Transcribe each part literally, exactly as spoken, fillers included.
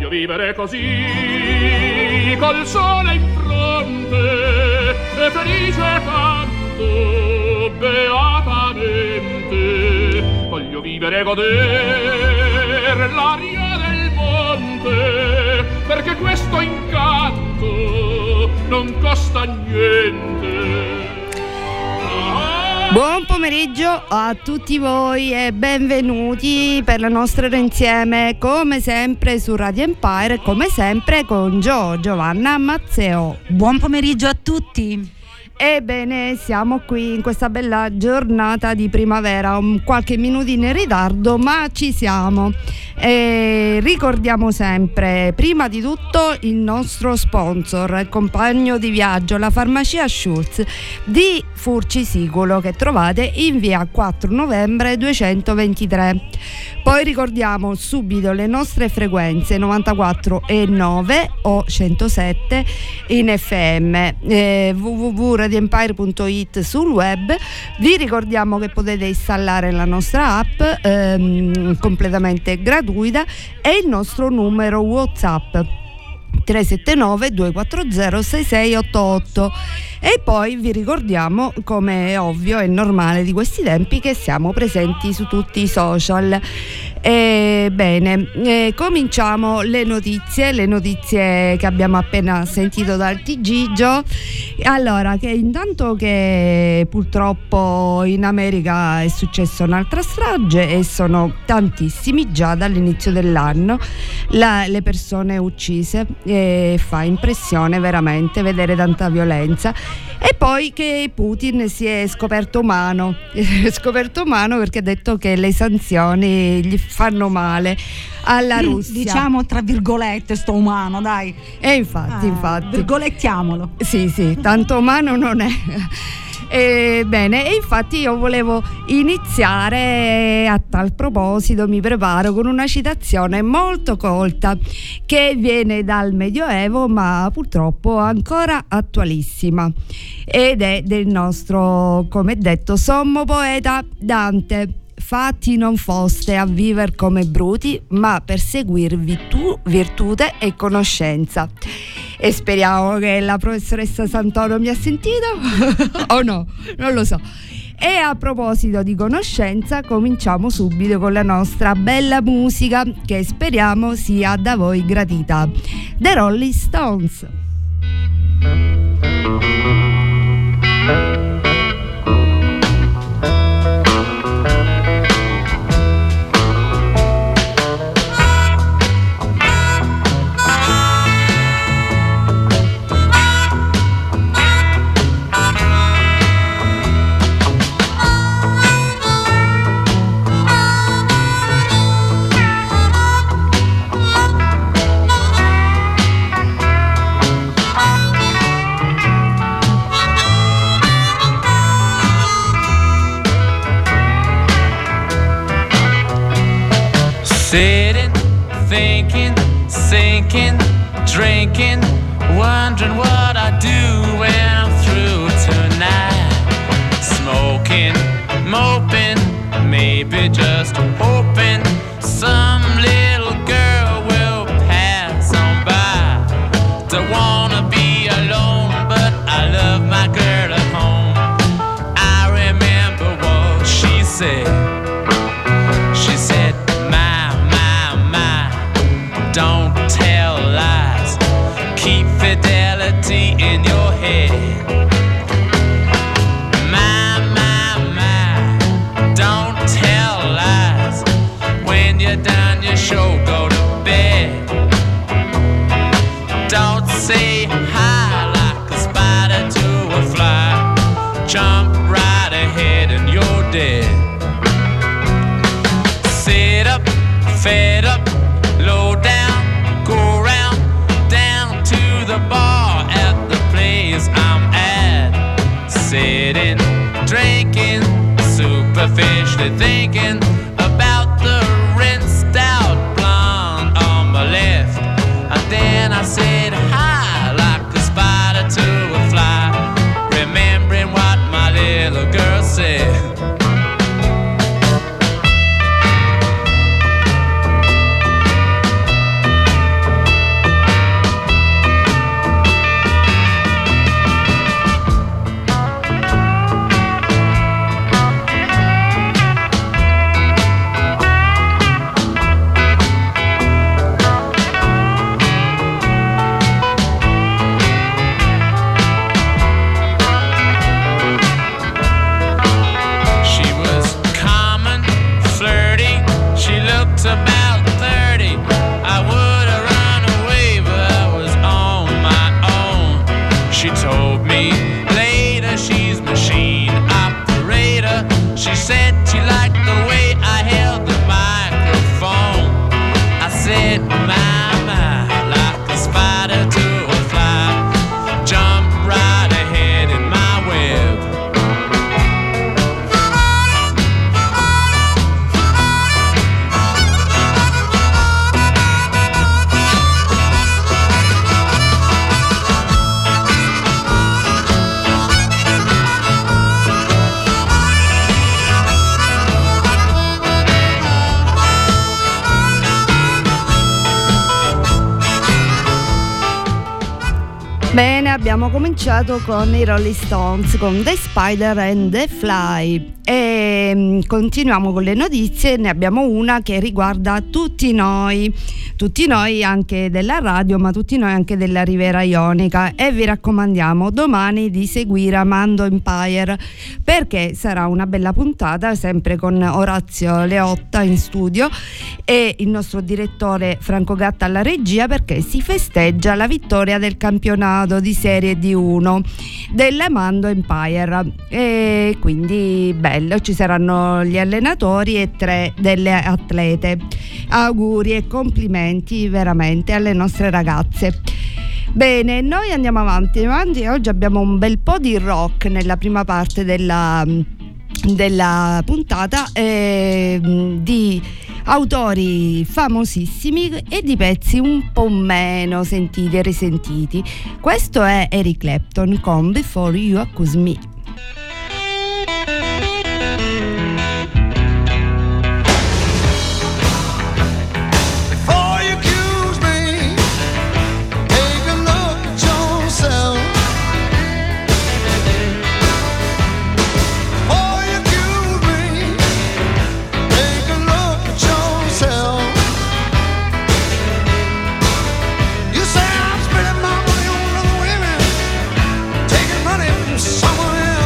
Voglio vivere così, col sole in fronte, e felice canto beatamente. Voglio vivere e godere l'aria del monte, perché questo incanto non costa niente. Buon pomeriggio a tutti voi e benvenuti per la nostra ora insieme, come sempre su Radio Empire e come sempre con Gio, Giovanna Mazzeo. Buon pomeriggio a tutti. Ebbene, siamo qui in questa bella giornata di primavera, un qualche minutino in ritardo, ma ci siamo. E ricordiamo sempre, prima di tutto, il nostro sponsor, il compagno di viaggio, la farmacia Schulz di Furcisicolo, che trovate in via quattro novembre duecentoventitré. Poi ricordiamo subito le nostre frequenze novantaquattro e nove o centosette in F M, eh, w w w punto radio empire punto it sul web. Vi ricordiamo che potete installare la nostra app ehm, completamente gratuita e il nostro numero WhatsApp tre sette nove due quattro zero sei sei otto otto. E poi vi ricordiamo, come è ovvio e normale di questi tempi, che siamo presenti su tutti i social. E bene, eh, cominciamo le notizie, le notizie che abbiamo appena sentito dal T G, Gio. Allora, che intanto che purtroppo in America è successa un'altra strage e sono tantissimi già dall'inizio dell'anno la, le persone uccise, e fa impressione veramente vedere tanta violenza. E poi che Putin si è scoperto umano, scoperto umano perché ha detto che le sanzioni gli fanno male alla Russia. Diciamo tra virgolette sto umano, dai. E infatti, ah, infatti. Virgolettiamolo. Sì, sì, tanto umano non è. E bene, e infatti io volevo iniziare a tal proposito, mi preparo con una citazione molto colta che viene dal Medioevo, ma purtroppo ancora attualissima, ed è del nostro, come detto, sommo poeta Dante. Fatti non foste a viver come bruti, ma per seguir virtù, virtute e conoscenza. E speriamo che la professoressa Santoro mi ha sentito o no, non lo so. E a proposito di conoscenza, cominciamo subito con la nostra bella musica, che speriamo sia da voi gradita. The Rolling Stones. Sitting, thinking, sinking, drinking, wondering what I do when I'm through tonight. Smoking, moping, maybe just hoping some little girl will pass on by. Don't wanna be alone, but I love my girl at home. I remember what she said. She said, don't tell lies, keep fidelity in your head. My, my, my, don't tell lies. When you're done your show, go to bed. Don't say hi like a spider to a fly. Jump right ahead and you're dead. Sit up, fed up, low down, go round, down to the bar at the place I'm at. My, my, like a spider to a fly, jump right ahead in my web. Bene, abbiamo cominciato con i Rolling Stones, con The Spider and the Fly e mm, continuiamo con le notizie. Ne abbiamo una che riguarda tutti noi, tutti noi anche della radio, ma tutti noi anche della Riviera Ionica, e vi raccomandiamo domani di seguire Amando Empire, perché sarà una bella puntata sempre con Orazio Leotta in studio e il nostro direttore Franco Gatta alla regia, perché si festeggia la vittoria del campionato di Serie D uno dell'Amando Empire e quindi bello, ci saranno gli allenatori e tre delle atlete. Auguri e complimenti veramente alle nostre ragazze. Bene, noi andiamo avanti, avanti. Oggi abbiamo un bel po' di rock nella prima parte della, della puntata, eh, di autori famosissimi e di pezzi un po' meno sentiti e risentiti. Questo è Eric Clapton con Before You Accuse Me. Someone else.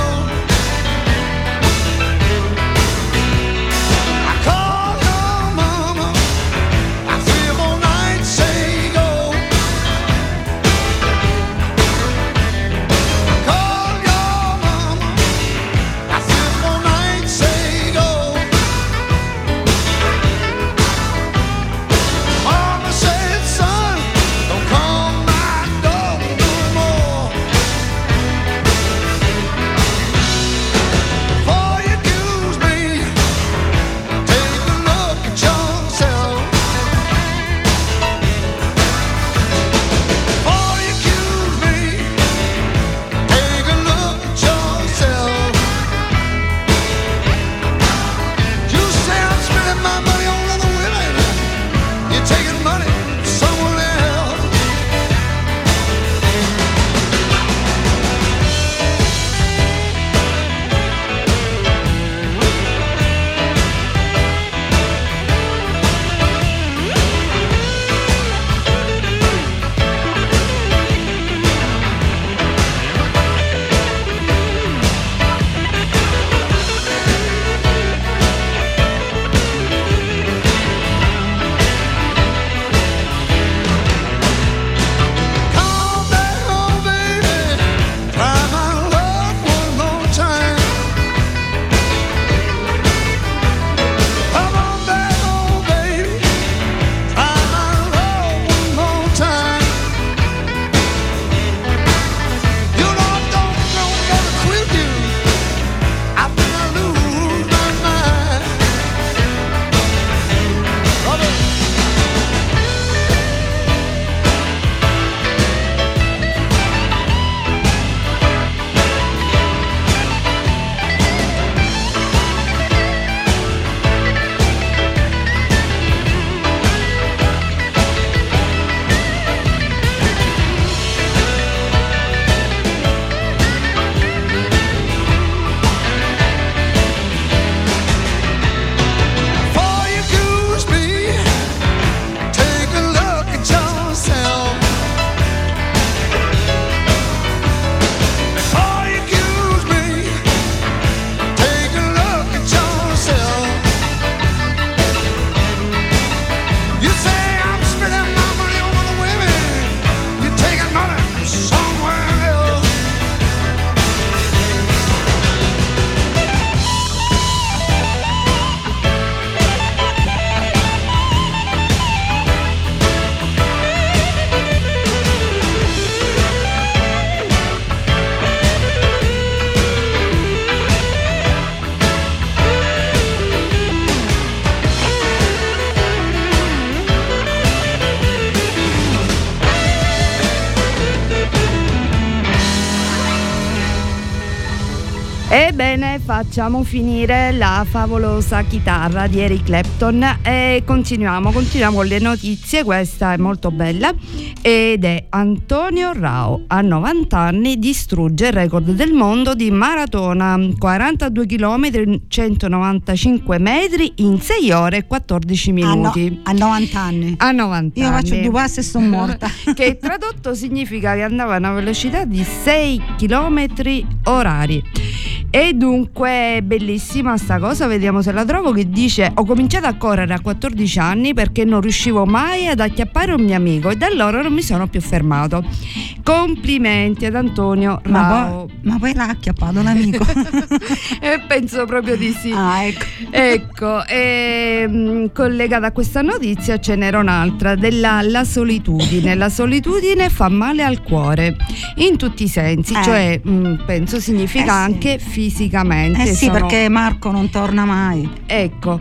Ebbene, facciamo finire la favolosa chitarra di Eric Clapton e continuiamo, continuiamo con le notizie. Questa è molto bella ed è Antonio Rao, a novanta anni distrugge il record del mondo di maratona, quarantadue chilometri, centonovantacinque metri in sei ore e quattordici minuti. A, no, a novanta anni. A novanta Io anni. faccio due passi e sono morta. Che tradotto significa che andava a una velocità di sei chilometri orari. E dunque è bellissima sta cosa, vediamo se la trovo, che dice: ho cominciato a correre a quattordici anni perché non riuscivo mai ad acchiappare un mio amico e da allora non mi sono più fermato. Complimenti ad Antonio Rao. Ma poi, ma poi l'ha acchiappato l'amico? E penso proprio di sì. Ah, ecco. Ecco, e, mh, collegata a questa notizia ce n'era un'altra della la solitudine. La solitudine fa male al cuore in tutti i sensi, Eh. cioè mh, penso significa Eh sì. anche fisicamente. Eh sì, sono- perché Marco non torna mai. Ecco.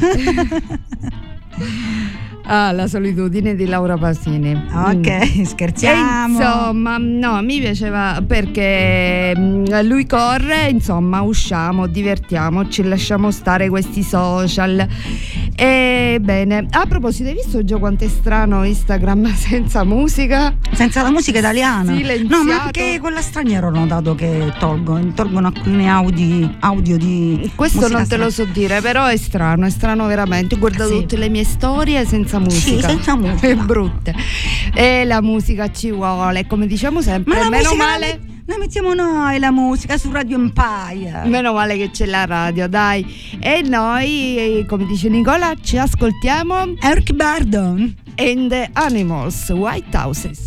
Ah, la solitudine di Laura Pasini. Ok, Mm. scherziamo. E insomma, no, mi piaceva perché mm, lui corre, insomma, usciamo, divertiamoci, lasciamo stare questi social. E bene, a proposito, hai visto già quanto è strano Instagram senza musica? Senza la musica italiana. Silenziato. No, ma anche quella straniera ho notato che tolgono, tolgono alcuni audi, audio di Questo musica non te lo strana. so dire, però è strano, è strano veramente. Ho guardato Sì. tutte le mie storie senza musica. Sì, senza musica. È brutte. E la musica ci vuole, come diciamo sempre, Ma la meno musica male. la, met- la mettiamo noi la musica su Radio Empire. Meno male che c'è la radio, dai. E noi, come dice Nicola, ci ascoltiamo Eric Burdon. And the Animals, White Houses.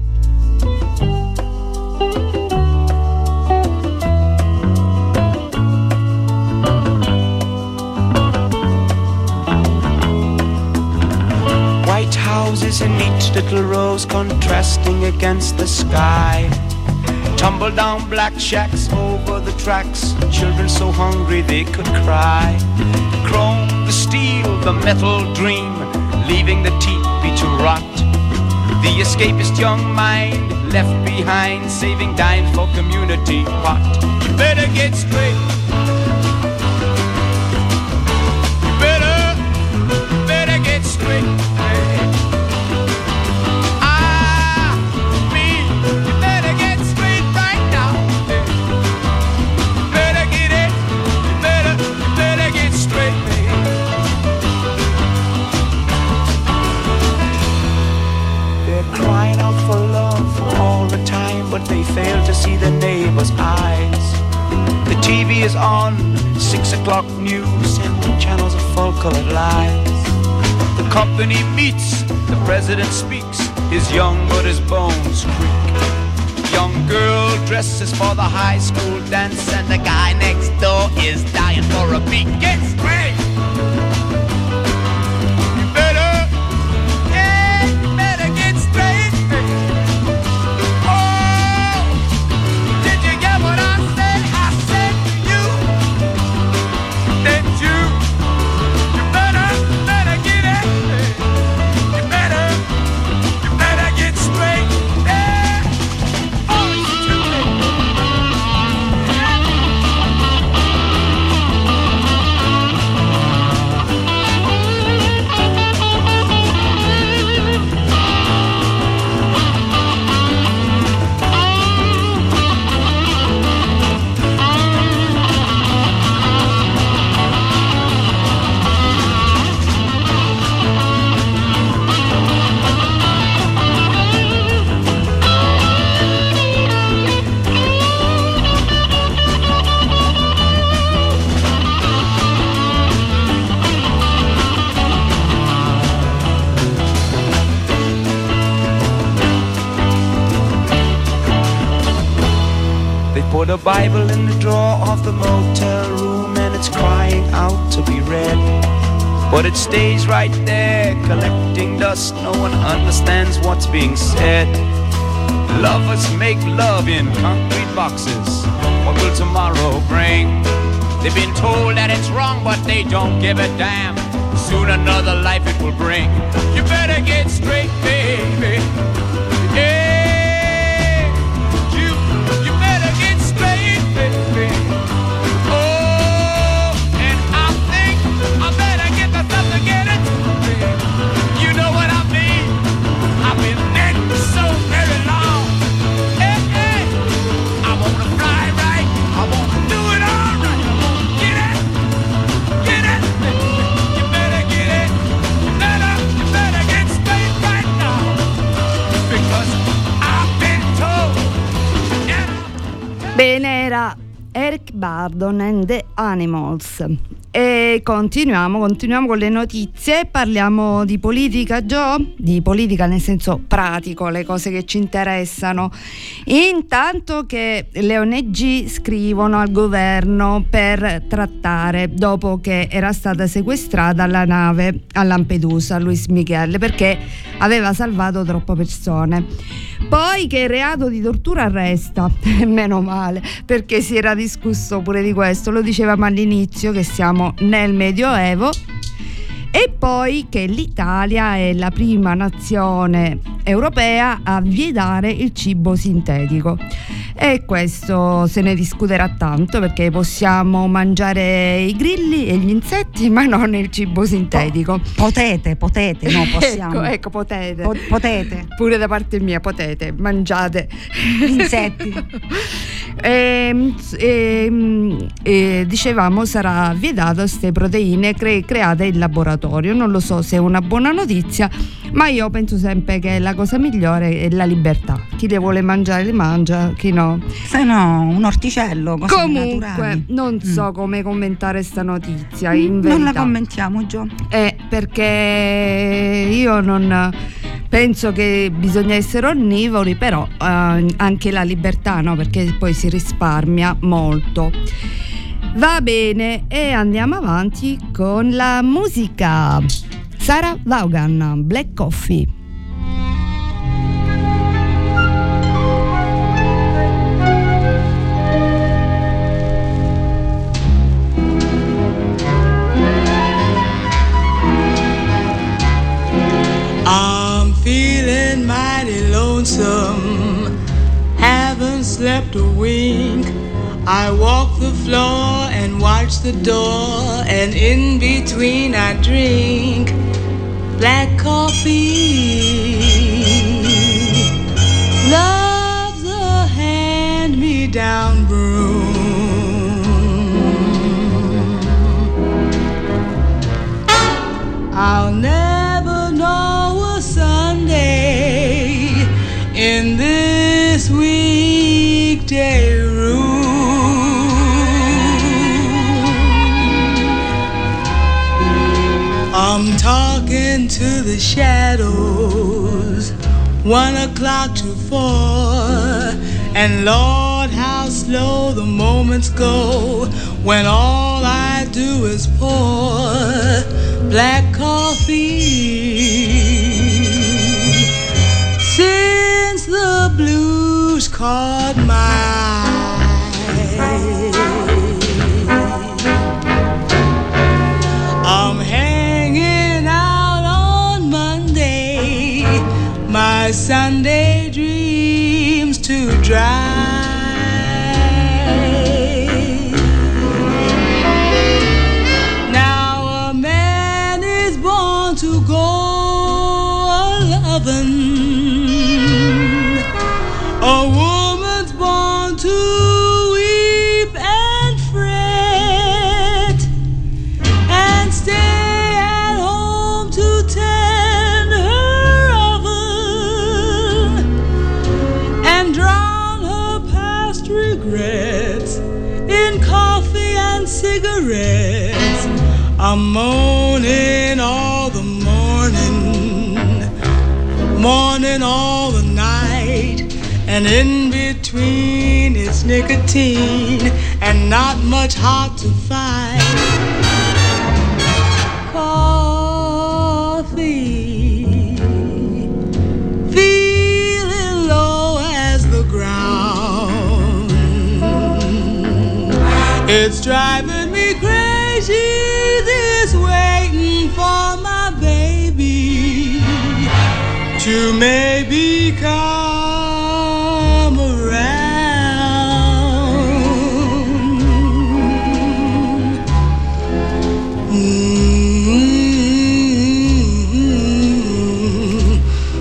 White houses in neat little rows contrasting against the sky. Tumble down black shacks over the tracks, children so hungry they could cry. The chrome, the steel, the metal dream, leaving the teepee to rot. The escapist young mind left behind, saving dimes for community pot. You better get straight. You better, you better get straight. Ah, me, you better get straight right now. You better get it. You better, you better get straight. They're crying out for love all the time, but they fail to see their neighbor's eyes. The T V is on, six o'clock news, and channels of full-colored lies. The company meets, the president speaks, his young but his bones creak. Young girl dresses for the high school dance, and the guy next door is dying for a beat. Get straight! You better, yeah, you better get straight. Oh, did you get what I said? I said to you that you, you better, better get it. You better, you better get straight. Yeah. Oh, you too late. They put a Bible in the drawer of the motel room, and it's crying out to be read. But it stays right there, collecting dust. No one understands what's being said. Lovers make love in concrete boxes. What will tomorrow bring? They've been told that it's wrong, but they don't give a damn. Soon another life it will bring. You better get straight, baby. Yeah, you, you better get straight, baby. Bene, era Eric Burdon and the Animals. E continuiamo, continuiamo con le notizie. Parliamo di politica, Gio? Di politica nel senso pratico, le cose che ci interessano. Intanto che le O N G scrivono al governo per trattare, dopo che era stata sequestrata la nave a Lampedusa, Luis Miguel, perché aveva salvato troppe persone. Poi che il reato di tortura resta, meno male, perché si era discusso pure di questo, lo dicevamo all'inizio che siamo nel Medioevo. E poi che l'Italia è la prima nazione europea a vietare il cibo sintetico. E questo se ne discuterà tanto, perché possiamo mangiare i grilli e gli insetti, ma non il cibo sintetico. Potete, potete, no, possiamo. Ecco, ecco, potete. Po- potete. Pure da parte mia, potete, mangiate gli insetti. e, e, e, dicevamo, sarà vietato queste proteine cre- create in laboratorio. Non lo so se è una buona notizia, ma io penso sempre che la cosa migliore è la libertà. Chi le vuole mangiare le mangia, chi no. Se no, un orticello, cose Comunque, naturali. non so mm. come commentare sta notizia, in Non verità. la commentiamo, Gio. Eh, perché io non penso che bisogna essere onnivori, però eh, anche la libertà, no? Perché poi si risparmia molto. Va bene, e andiamo avanti con la musica. Sarah Vaughan, Black Coffee. I'm feeling mighty lonesome, haven't slept a wink. I walk the floor and watch the door, and in between I drink black coffee. Love's a hand-me-down broom. I'll never know a Sunday in this weekday room. I'm talking to the shadows, one o'clock to four, and Lord, how slow the moments go when all I do is pour black coffee. Since the blues caught my eye, I'm hanging out on Monday, my Sunday dreams to dry. Now a man is born to go a-lovin', a woman's born to weep and fret, and stay at home to tend her oven, and drown her past regrets in coffee and cigarettes. I'm moaning all the morning, morning all the night, and in between it's nicotine and not much hot to find. Coffee, feeling low as the ground. It's driving me crazy, this waiting for my baby to maybe come around. Mm-hmm.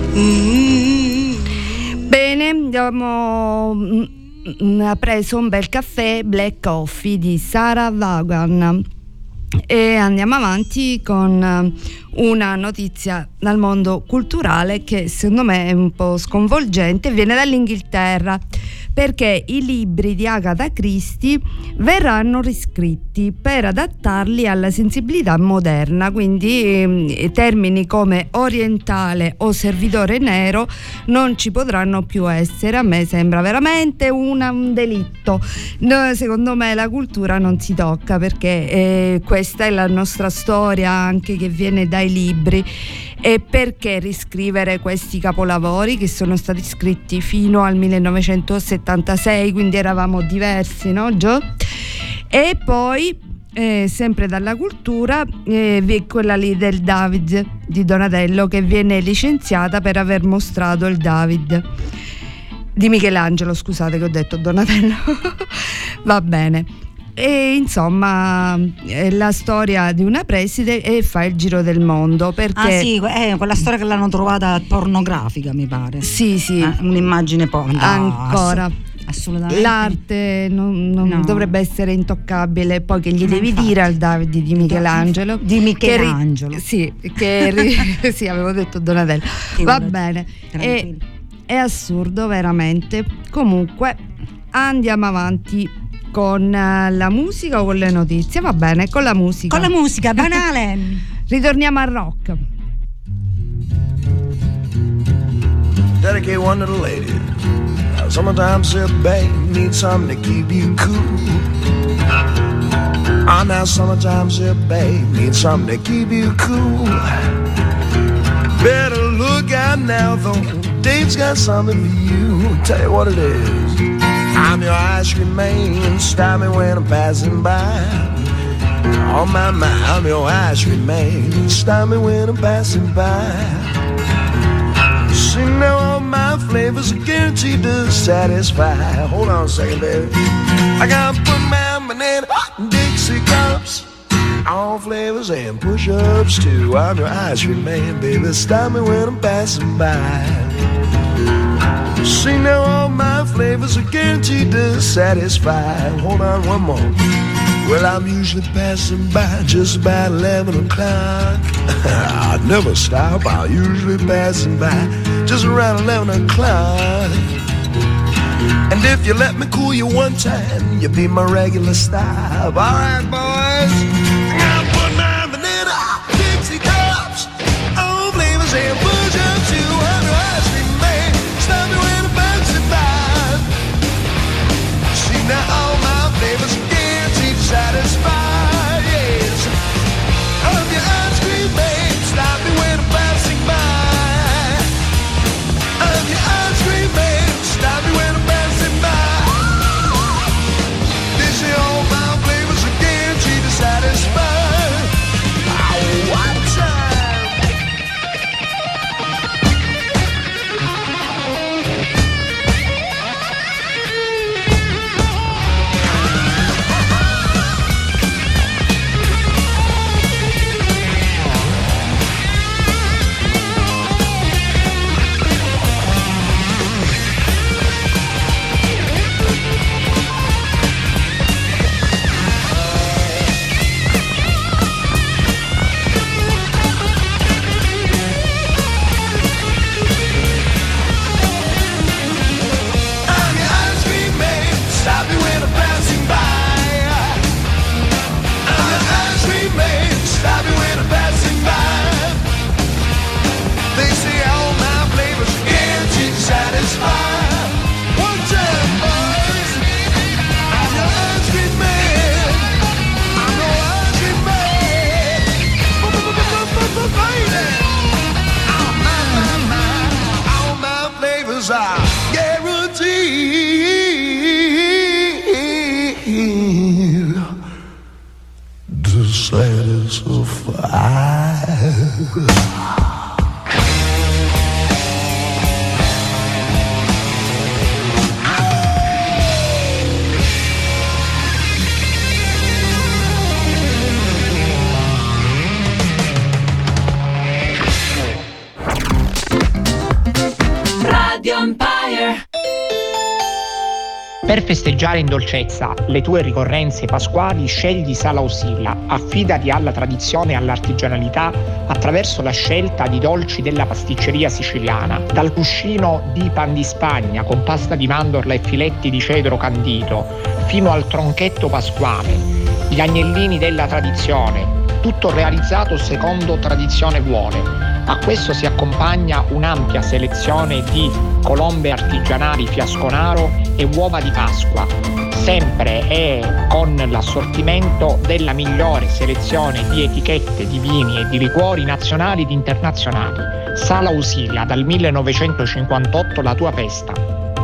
Mm-hmm. Bene, abbiamo ha preso un bel caffè, Black Coffee di Sarah Vaughan, e andiamo avanti con una notizia dal mondo culturale che secondo me è un po' sconvolgente. Viene dall'Inghilterra, perché i libri di Agatha Christie verranno riscritti per adattarli alla sensibilità moderna, quindi eh, termini come orientale o servitore nero non ci potranno più essere. A me sembra veramente una, un delitto. No, secondo me la cultura non si tocca, perché eh, questa è la nostra storia, anche che viene dai libri. E perché riscrivere questi capolavori che sono stati scritti fino al millenovecentosettantasei, quindi eravamo diversi, no Gio? E poi eh, sempre dalla cultura eh, quella lì del David di Donatello, che viene licenziata per aver mostrato il David di Michelangelo, scusate che ho detto Donatello. Va bene. E insomma è la storia di una preside e fa il giro del mondo, perché ah sì, è quella storia che l'hanno trovata pornografica, mi pare. Sì sì, eh, un'immagine porno. ancora ass- assolutamente l'arte non, non no. dovrebbe essere intoccabile. Poi che gli devi infatti. dire al Davide di Michelangelo di Michelangelo che ri- sì che ri- sì avevo detto Donatello. Va bene, è, è assurdo veramente. Comunque andiamo avanti con la musica o con le notizie? Va bene, con la musica. Con la musica, banale. Ritorniamo al rock. Dedicate one to the ladies. Now, sometimes your babe needs something to keep you cool. Ah, now sometimes your babe needs something to keep you cool. Better look out now, though. Dave's got something for you. Tell you what it is. I'm your ice cream man, stop me when I'm passing by. On my mind, I'm your ice cream man, stop me when I'm passing by. See now all my flavors are guaranteed to satisfy. Hold on a second, baby. I gotta put my banana in Dixie cups, all flavors and push-ups too. I'm your ice cream man, baby, stop me when I'm passing by. See now all my flavors are guaranteed to satisfy. Hold on one more. Well, I'm usually passing by just about eleven o'clock. I never stop, I'm usually passing by just around eleven o'clock. And if you let me cool you one time, you'll be my regular stop. Alright, boys, I put my banana Dixie cups, all flavors and push-ups to under ice cream man. Stop me when I'm passing by. See now all my flavors are guaranteed to satisfy. Yes, I'm your ice cream man. Stop me when I'm passing by. I'm your ice cream man. Stop me when I'm passing by. They say all my flavors are guaranteed to satisfy. Oh, what time? I'm your ice cream man. Stop me when I'm passing by. I'm your ice cream man. Stop me when I'm passing by. They say all my flavors are guaranteed to satisfy. One time, boys. I'm your ice cream man. I'm your ice cream man. Baby. All my, my, my, all my flavors are guaranteed to satisfy. Radio Empire. Per festeggiare in dolcezza le tue ricorrenze pasquali scegli Sala Usilla, affidati alla tradizione e all'artigianalità attraverso la scelta di dolci della pasticceria siciliana, dal cuscino di pan di Spagna con pasta di mandorla e filetti di cedro candito, fino al tronchetto pasquale, gli agnellini della tradizione, tutto realizzato secondo tradizione vuole. A questo si accompagna un'ampia selezione di colombe artigianali fiasconaro e uova di Pasqua, sempre e con l'assortimento della migliore selezione di etichette di vini e di liquori nazionali ed internazionali. Sala Usilla, dal millenovecentocinquantotto la tua festa.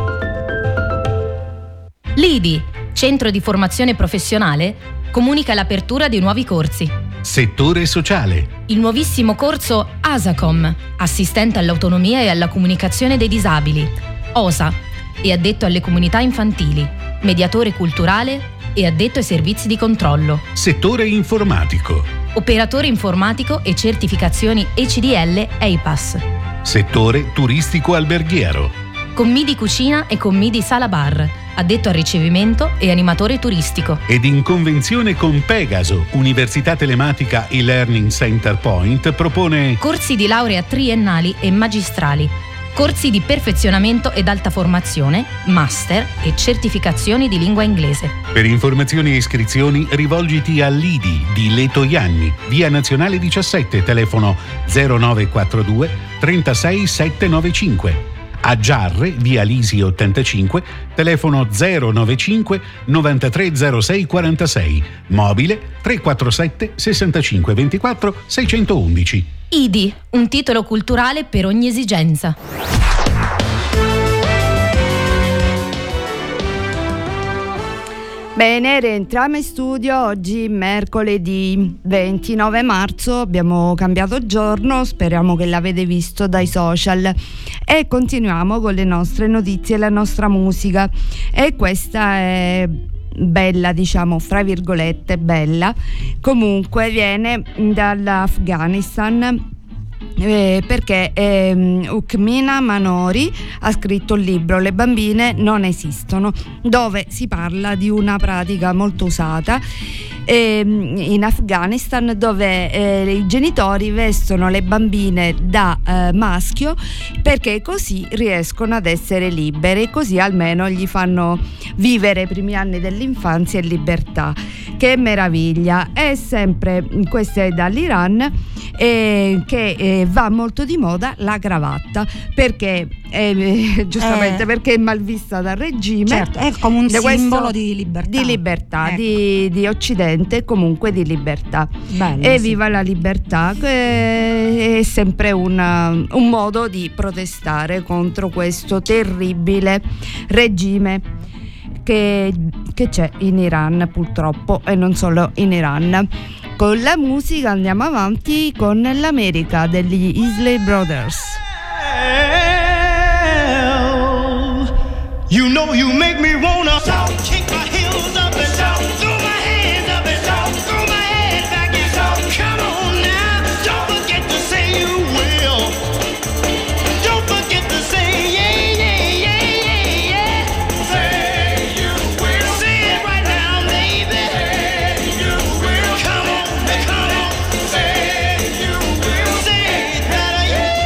L'I D I, Centro di Formazione Professionale, comunica l'apertura di nuovi corsi. Settore sociale. Il nuovissimo corso ASACOM, Assistente all'autonomia e alla comunicazione dei disabili, O S A, e addetto alle comunità infantili, mediatore culturale e addetto ai servizi di controllo. Settore informatico. Operatore informatico e certificazioni E C D L E I P A S. Settore turistico alberghiero. Commidi cucina e commidi sala bar, addetto al ricevimento e animatore turistico. Ed in convenzione con Pegaso, Università Telematica e-Learning Center Point propone corsi di laurea triennali e magistrali, corsi di perfezionamento ed alta formazione, master e certificazioni di lingua inglese. Per informazioni e iscrizioni rivolgiti all'I D I di Letojanni, via Nazionale diciassette, telefono zero nove quattro due trentasei settecentonovantacinque. A Giarre, via Lisi ottantacinque, telefono zero novantacinque novantatré zero sei quarantasei, mobile tre quattro sette sessantacinque ventiquattro seicentoundici. I D I, un titolo culturale per ogni esigenza. Bene, rientriamo in studio oggi mercoledì ventinove marzo, abbiamo cambiato giorno, speriamo che l'avete visto dai social e continuiamo con le nostre notizie e la nostra musica, e questa è bella, diciamo fra virgolette bella, comunque viene dall'Afghanistan. Eh, perché ehm, Ukmina Manori ha scritto il libro Le bambine non esistono, dove si parla di una pratica molto usata ehm, in Afghanistan, dove eh, i genitori vestono le bambine da eh, maschio perché così riescono ad essere libere, così almeno gli fanno vivere i primi anni dell'infanzia in libertà. Che meraviglia! È sempre, questo è dall'Iran, eh, che eh, va molto di moda la cravatta, perché eh, giustamente eh, perché è mal vista dal regime, certo, è come un di simbolo questo, di libertà, di, libertà ecco. di, di Occidente, comunque di libertà. Bello, e sì. viva la libertà, che è sempre una, un modo di protestare contro questo terribile regime che, che c'è in Iran, purtroppo, e non solo in Iran. Con la musica andiamo avanti con l'America degli Isley Brothers. You know you make me wanna kick my heels up and throw my hands up and throw my head back and come on now, don't forget to say you will. Don't forget to say yeah, yeah, yeah, yeah, yeah. Say you will. Say it right now, baby. Say you will. Come on, come on. Say you will. Say it better,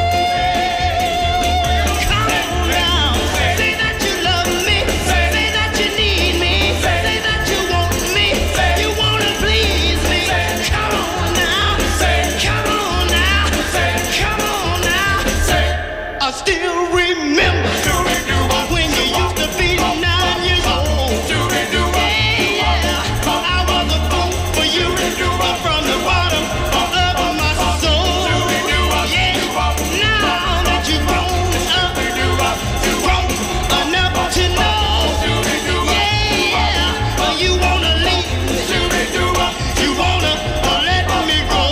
yeah. Come on now. Say that you love me. Say that you need me. Say that you want me. You wanna please me. Come on now. Come on now. Come on now. I still remember when you used to be nine years old. Yeah, I was a fool for you from the bottom of my soul. Yeah, now that you've grown up, grown enough to know. Yeah, you wanna leave, you wanna let me go.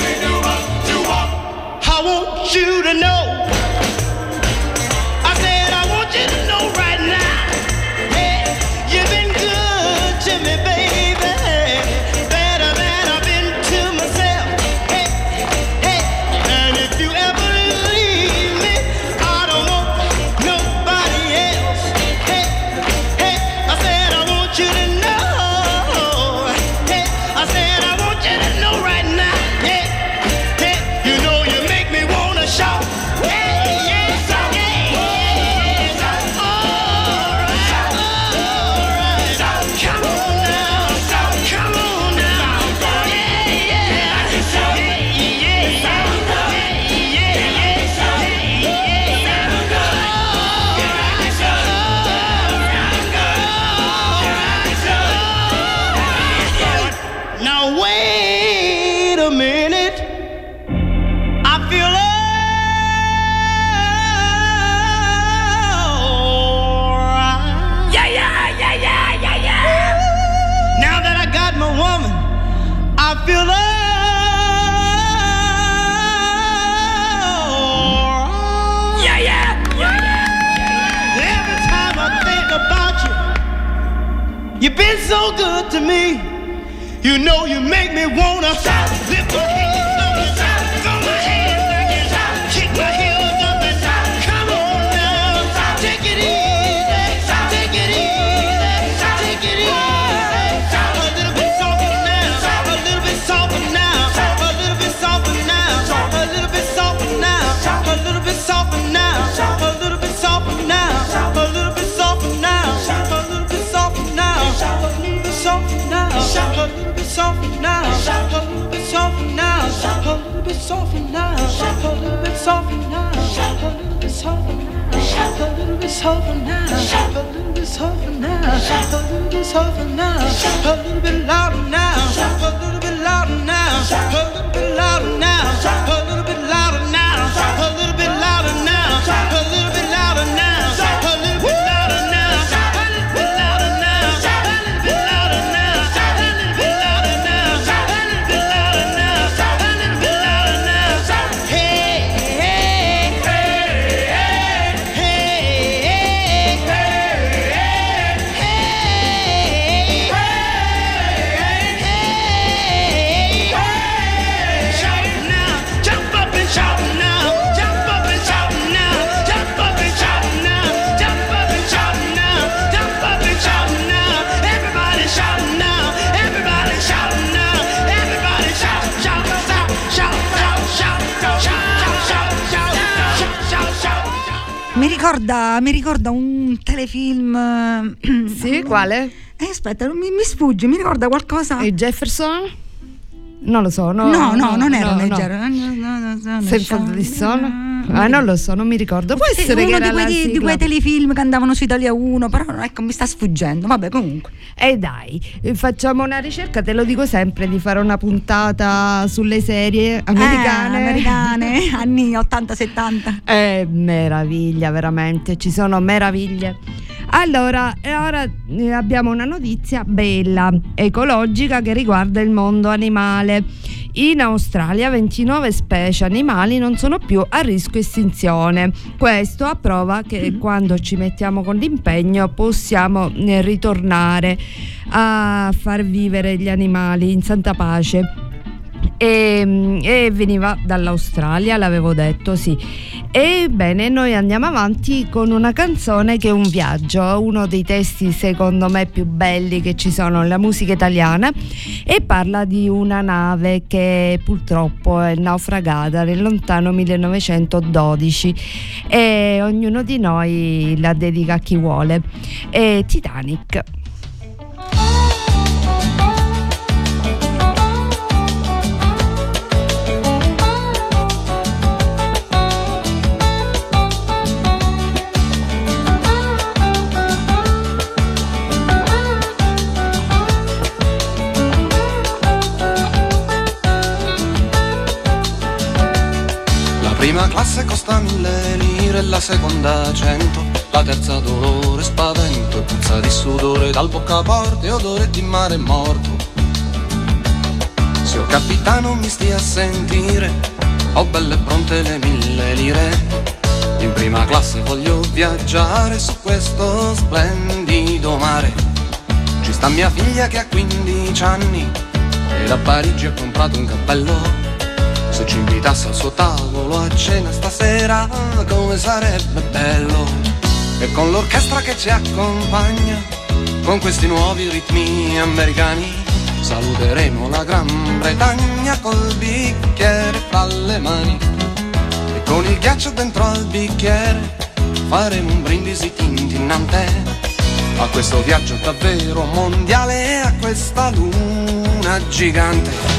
I want you to know, I said about you. You've been so good to me. You know you make me wanna lift my hands up and throw my hands back and kick my heels up and come on now, take it easy, take it easy, take it easy. A little bit softer now, a little bit softer now, a little bit softer now, a little bit softer now, a little bit softer now, a little bit softer now, a little bit softer now, a little bit softer now, a little bit softer now, a little bit softer now, a little bit softer now, a little bit softer now, a little bit softer now, a little bit softer now, a little bit softer now, a little bit softer now, a little bit softer now, a little bit louder now, a little bit louder now, a little bit louder now, a little bit louder now, a little bit louder now, a little bit louder now, a little bit louder now, a little bit louder now, a little bit louder now, a little bit louder now, a little bit louder now, a little bit louder now. Hey, hey, hey, hey, hey, hey, hey, hey. Shout now, jump up and shout now, jump up and shout now, jump up and shout now, jump up and shout now, jump up and shout now. Everybody shout now, everybody shout now, everybody shout, shout, shout, shout, shout, shout, shout, shout, shout, shout, shout. Mi ricorda, mi ricorda un telefilm. Sì, quale? Eh, aspetta, mi, mi sfugge, mi ricorda qualcosa. E Jefferson? Non lo so, no, No, no, non era no, nel no. genere. No, no, no, no, Senza no, di sono? no, Ah, non lo so, non mi ricordo. Può Sì, essere che uno era di la quei, di sigla. quei telefilm che andavano su Italia uno, però ecco mi sta sfuggendo. Vabbè, comunque. E dai, facciamo una ricerca, te lo dico sempre, di fare una puntata sulle serie americane. Eh, americane, anni ottanta settanta. È meraviglia, veramente, ci sono meraviglie. Allora, e ora eh, abbiamo una notizia bella, ecologica, che riguarda il mondo animale. In Australia ventinove specie animali non sono più a rischio estinzione. Questo a prova che mm. quando ci mettiamo con l'impegno possiamo eh, ritornare a far vivere gli animali in santa pace. E, e veniva dall'Australia, l'avevo detto, sì. Ebbene, noi andiamo avanti con una canzone che è un viaggio, uno dei testi secondo me più belli che ci sono nella musica italiana, e parla di una nave che purtroppo è naufragata nel lontano millenovecentododici e ognuno di noi la dedica a chi vuole. È Titanic. Prima classe costa mille lire, la seconda cento, la terza dolore, spavento e puzza di sudore dal boccaporte, odore di mare morto. Se o capitano mi stia a sentire, ho belle pronte le mille lire. In prima classe voglio viaggiare su questo splendido mare. Ci sta mia figlia che ha quindici anni e da Parigi ha comprato un cappello. Se ci invitasse al suo tavolo a cena stasera, come sarebbe bello. E con l'orchestra che ci accompagna, con questi nuovi ritmi americani, saluteremo la Gran Bretagna col bicchiere fra le mani. E con il ghiaccio dentro al bicchiere faremo un brindisi tintinnante a questo viaggio davvero mondiale e a questa luna gigante.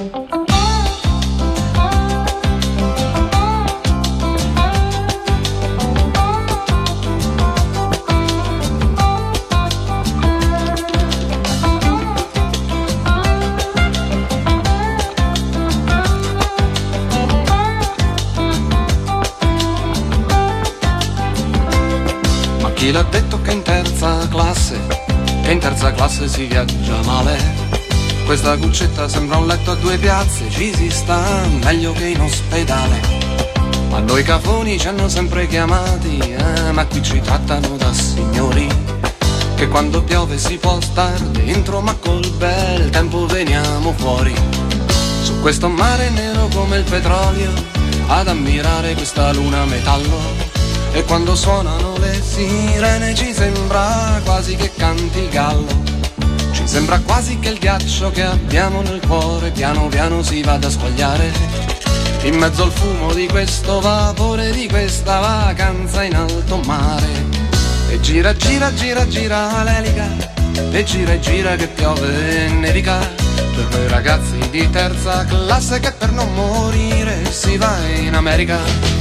Chi l'ha detto che in terza classe, che in terza classe si viaggia male? Questa cuccetta sembra un letto a due piazze, ci si sta meglio che in ospedale. Ma noi cafoni ci hanno sempre chiamati, eh, ma qui ci trattano da signori. che quando piove si può star dentro, ma col bel tempo veniamo fuori. Su questo mare nero come il petrolio, ad ammirare questa luna metallo. E quando suonano le sirene ci sembra quasi che canti il gallo. Ci sembra quasi che il ghiaccio che abbiamo nel cuore piano piano si vada a squagliare. In mezzo al fumo di questo vapore, di questa vacanza in alto mare. E gira, gira, gira, gira l'elica, e gira e gira che piove e nevica. Per noi ragazzi di terza classe che per non morire si va in America.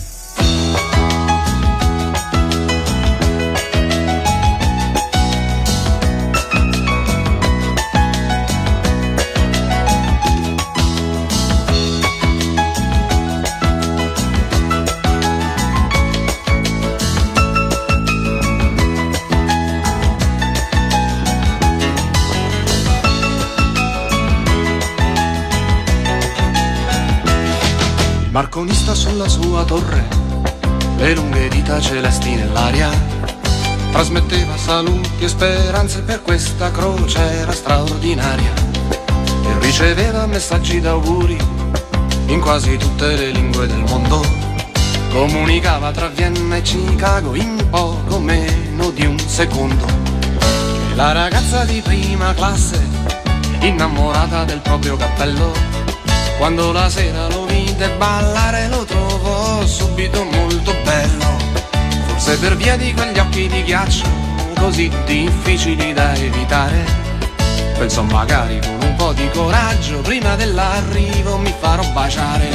Marconista sulla sua torre, le lunghe dita celesti nell'aria, trasmetteva saluti e speranze per questa crociera straordinaria. E riceveva messaggi d'auguri in quasi tutte le lingue del mondo. Comunicava tra Vienna e Chicago in poco meno di un secondo. E la ragazza di prima classe, innamorata del proprio cappello, quando la sera lo vide ballare lo trovò subito molto bello. Forse per via di quegli occhi di ghiaccio così difficili da evitare, pensò magari con un po' di coraggio prima dell'arrivo mi farò baciare.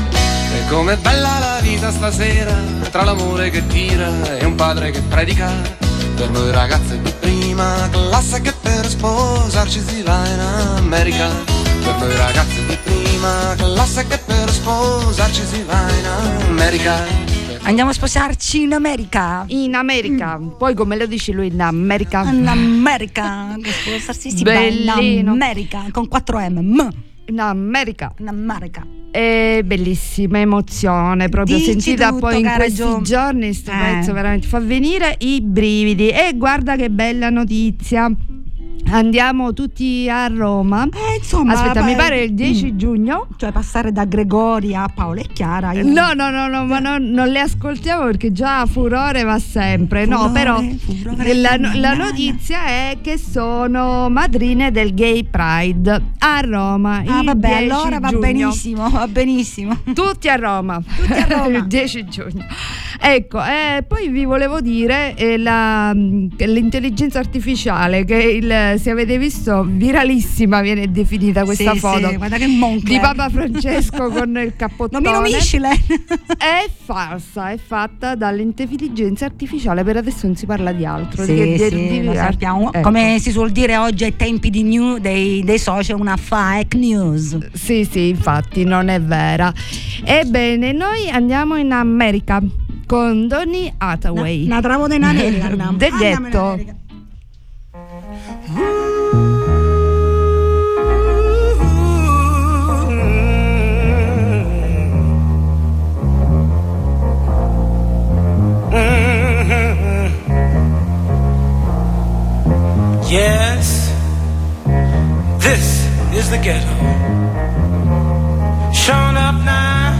E com'è bella la vita stasera, tra l'amore che tira e un padre che predica, per noi ragazze di prima classe che per sposarci si va in America. Per noi ragazzi di prima classe che per sposarci si va in America. Andiamo a sposarci in America. In America. Mm. Poi come lo dice lui, in America. In America. Sposarsi si Bellino. va in America. Con quattro M. M. In America. In America. È bellissima emozione, proprio Dici sentita tutto, poi in questi Gio. giorni. Sto eh. pezzo veramente fa venire i brividi. E guarda che bella notizia. Andiamo tutti a Roma. Eh, insomma, aspetta, beh, mi pare il dieci mm. giugno. Cioè passare da Gregoria a Paola e Chiara. Io... No, no, no, no, ma no, non le ascoltiamo perché già furore va sempre. Furore, no, però furore, la, na, la na, notizia è che sono madrine del Gay Pride a Roma. Ah, il vabbè, dieci allora va giugno. benissimo, va benissimo. Tutti a Roma. Tutti a Roma. Il dieci giugno. Ecco, eh, poi vi volevo dire eh, la, l'intelligenza artificiale che il, se avete visto viralissima viene definita questa sì, foto sì, guarda che Moncler. di Papa Francesco con il cappottone. Nomino Michelin. È falsa, è fatta dall'intelligenza artificiale. Per adesso non si parla di altro. Sì, di, sì, di, lo di, sappiamo. ecco. Come si suol dire oggi ai tempi di new, dei, dei social, una fake news. Sì, sì, infatti non è vera. Ebbene, noi andiamo in America con Donny Hathaway. La trovo in America. Del ghetto. Yes, this is the ghetto. Showing up now.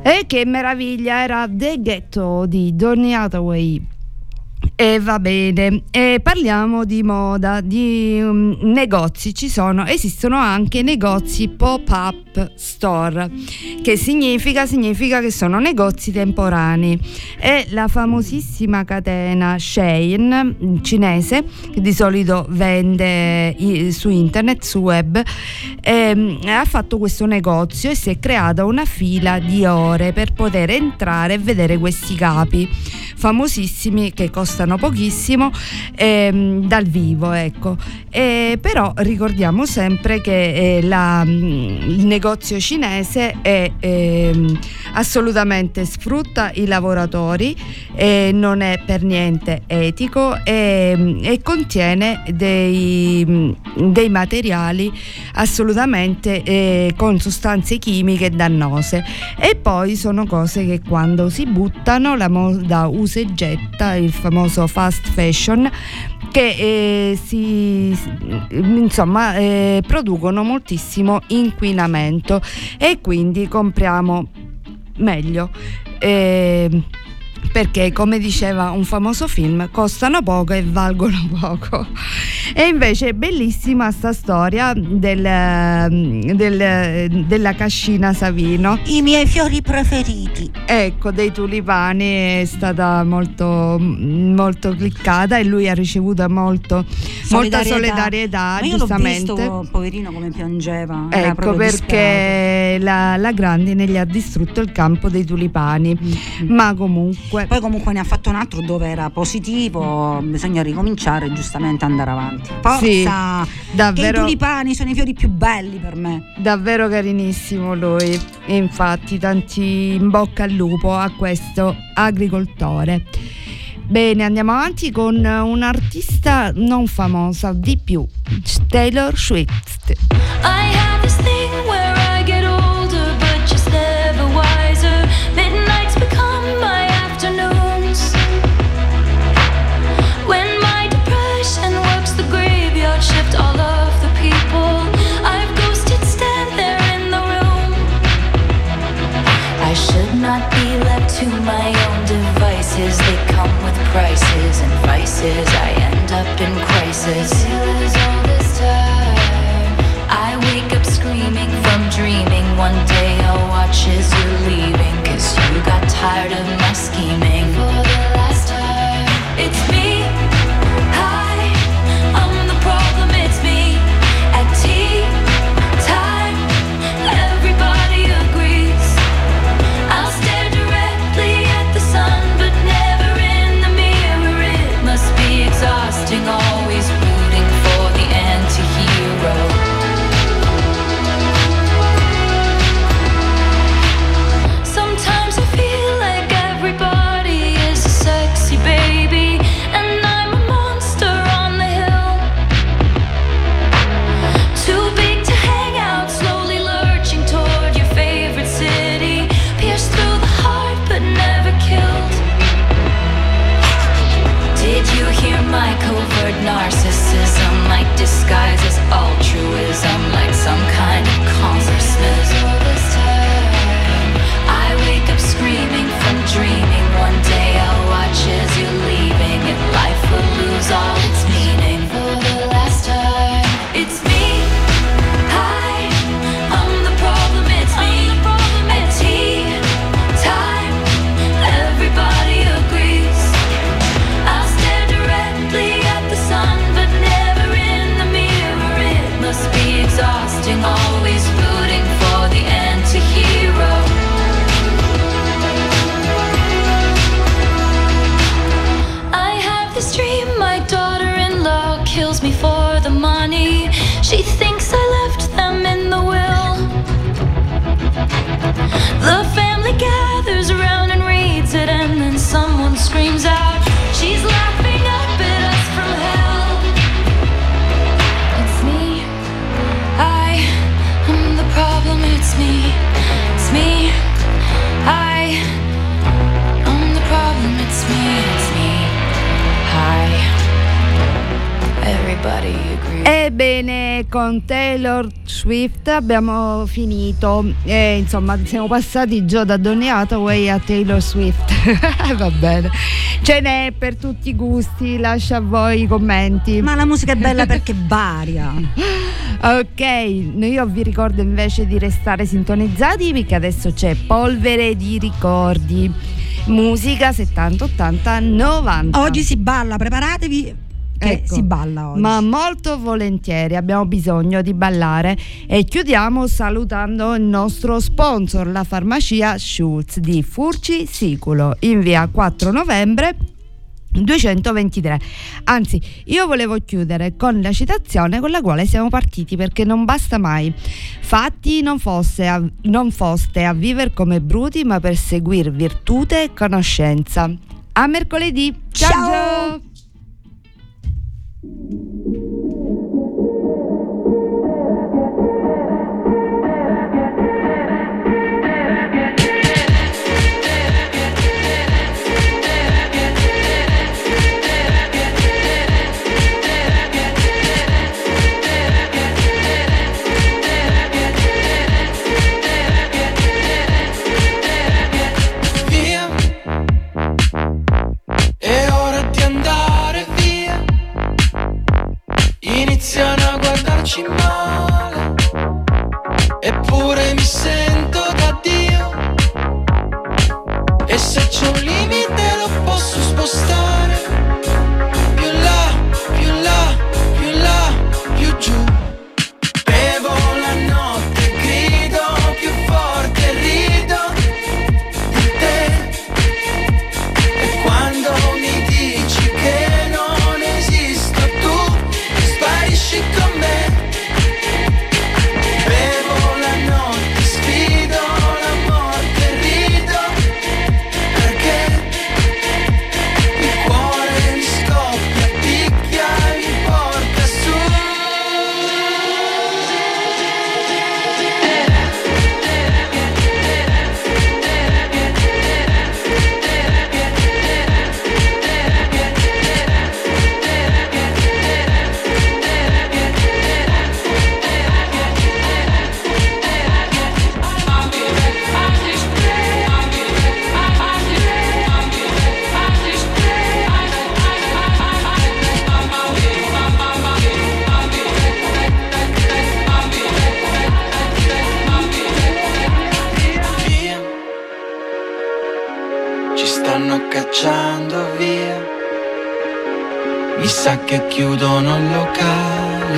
E che meraviglia, era The Ghetto di Donny Hathaway. E va bene, e parliamo di moda, di um, negozi. Ci sono, esistono anche negozi pop-up store, che significa significa che sono negozi temporanei. E la famosissima catena Shein cinese, che di solito vende i, su internet, su web, ehm, ha fatto questo negozio e si è creata una fila di ore per poter entrare e vedere questi capi famosissimi che costano pochissimo ehm, dal vivo, ecco. E però ricordiamo sempre che eh, la, il negozio cinese è ehm, assolutamente sfrutta i lavoratori, e non è per niente etico, e, e contiene dei, dei materiali assolutamente eh, con sostanze chimiche dannose, e poi sono cose che quando si buttano la moda usa e getta, il famoso fast fashion, che eh, si insomma eh, producono moltissimo inquinamento, e quindi compriamo meglio, eh, perché, come diceva un famoso film, costano poco e valgono poco. E invece è bellissima sta storia del, del, della cascina Savino, i miei fiori preferiti, ecco, dei tulipani. È stata molto molto cliccata e lui ha ricevuto molto solidarietà. molta solidarietà. Ma io giustamente l'ho visto, poverino, come piangeva. Era ecco proprio perché la, la Grandine gli ha distrutto il campo dei tulipani. Mm-hmm. Ma comunque poi comunque ne ha fatto un altro dove era positivo, bisogna ricominciare, giustamente andare avanti. Forza, sì, davvero, che i tulipani sono i fiori più belli per me. Davvero carinissimo lui, e infatti tanti in bocca al lupo a questo agricoltore. Bene, andiamo avanti con un'artista non famosa, di più, Taylor Swift. I have this thing where I get older but just never wiser. Midnights become my afternoons, when my depression works the graveyard shift. All of the people I've ghosted stand there in the room. I should not be left to my own devices. They come with prices and vices. I end up in crisis. All this time I wake up screaming from dreaming. One day I'll watch as you're leaving, 'cause you got tired of my scheming. For the last time, it's me. Hi, I'm the problem, it's me. At tea time, everybody agrees. I'll stare directly at the sun, but never in the mirror. It must be exhausting, always rooting for the anti-hero. Sometimes I feel like everybody is a sexy baby, and I'm a monster on the hill. Too big to hang out, slowly lurching toward your favorite city. Pierced through the heart but never killed. Did you hear my covert narcissism? Like disguise as altruism, like some kind of consciousness. All this time I wake up screaming from dreaming. One day I'll watch as you're leaving, and life will lose all its meaning. For the last time, it's me. Hi, I'm the problem, it's me. At tea time, everybody agrees. I'll stare directly at the sun, but never in the mirror. It must be exhausting, always rooting for the anti-hero. I have this dream, my daughter-in-law kills me for the money. She thinks I left them in the will. The family gathers around and reads it, and then someone screams out, she's laughing up at us from hell. It's me. I am the problem, it's me. It's me. I am the problem, it's me. It's me. Hi. Everybody everybody agrees. Ebbene, con Taylor Swift abbiamo finito. Eh, insomma, siamo passati già da Donny Hathaway a Taylor Swift. Va bene. Ce n'è per tutti i gusti, lascia a voi i commenti. Ma la musica è bella perché varia. Ok, io vi ricordo invece di restare sintonizzati perché adesso c'è Polvere di ricordi. Musica settanta, ottanta, novanta. Oggi si balla, preparatevi che Ecco, si balla oggi. ma molto volentieri, abbiamo bisogno di ballare. E chiudiamo salutando il nostro sponsor, la farmacia Schultz di Furci Siculo, in via quattro novembre duecentoventitré. Anzi, io volevo chiudere con la citazione con la quale siamo partiti, perché non basta mai. Fatti non fosse a, non foste a viver come bruti, ma per seguir virtute e conoscenza. A mercoledì. Ciao, Ciao! ciao. Via, è ora di andare via. Iniziano a guardarci male, eppure mi sento da Dio. E se c'è un limite lo posso spostare. Più là, più là, più là, più giù. Bevo la notte, grido più forte, rido di te. E quando mi dici che non esisto, tu sparisci con me. Bevo la notte, sfido la morte, rido perché il cuore mi scoppia, picchia e mi porta su. Via, ci stanno cacciando via. Mi sa che chiudono il locale.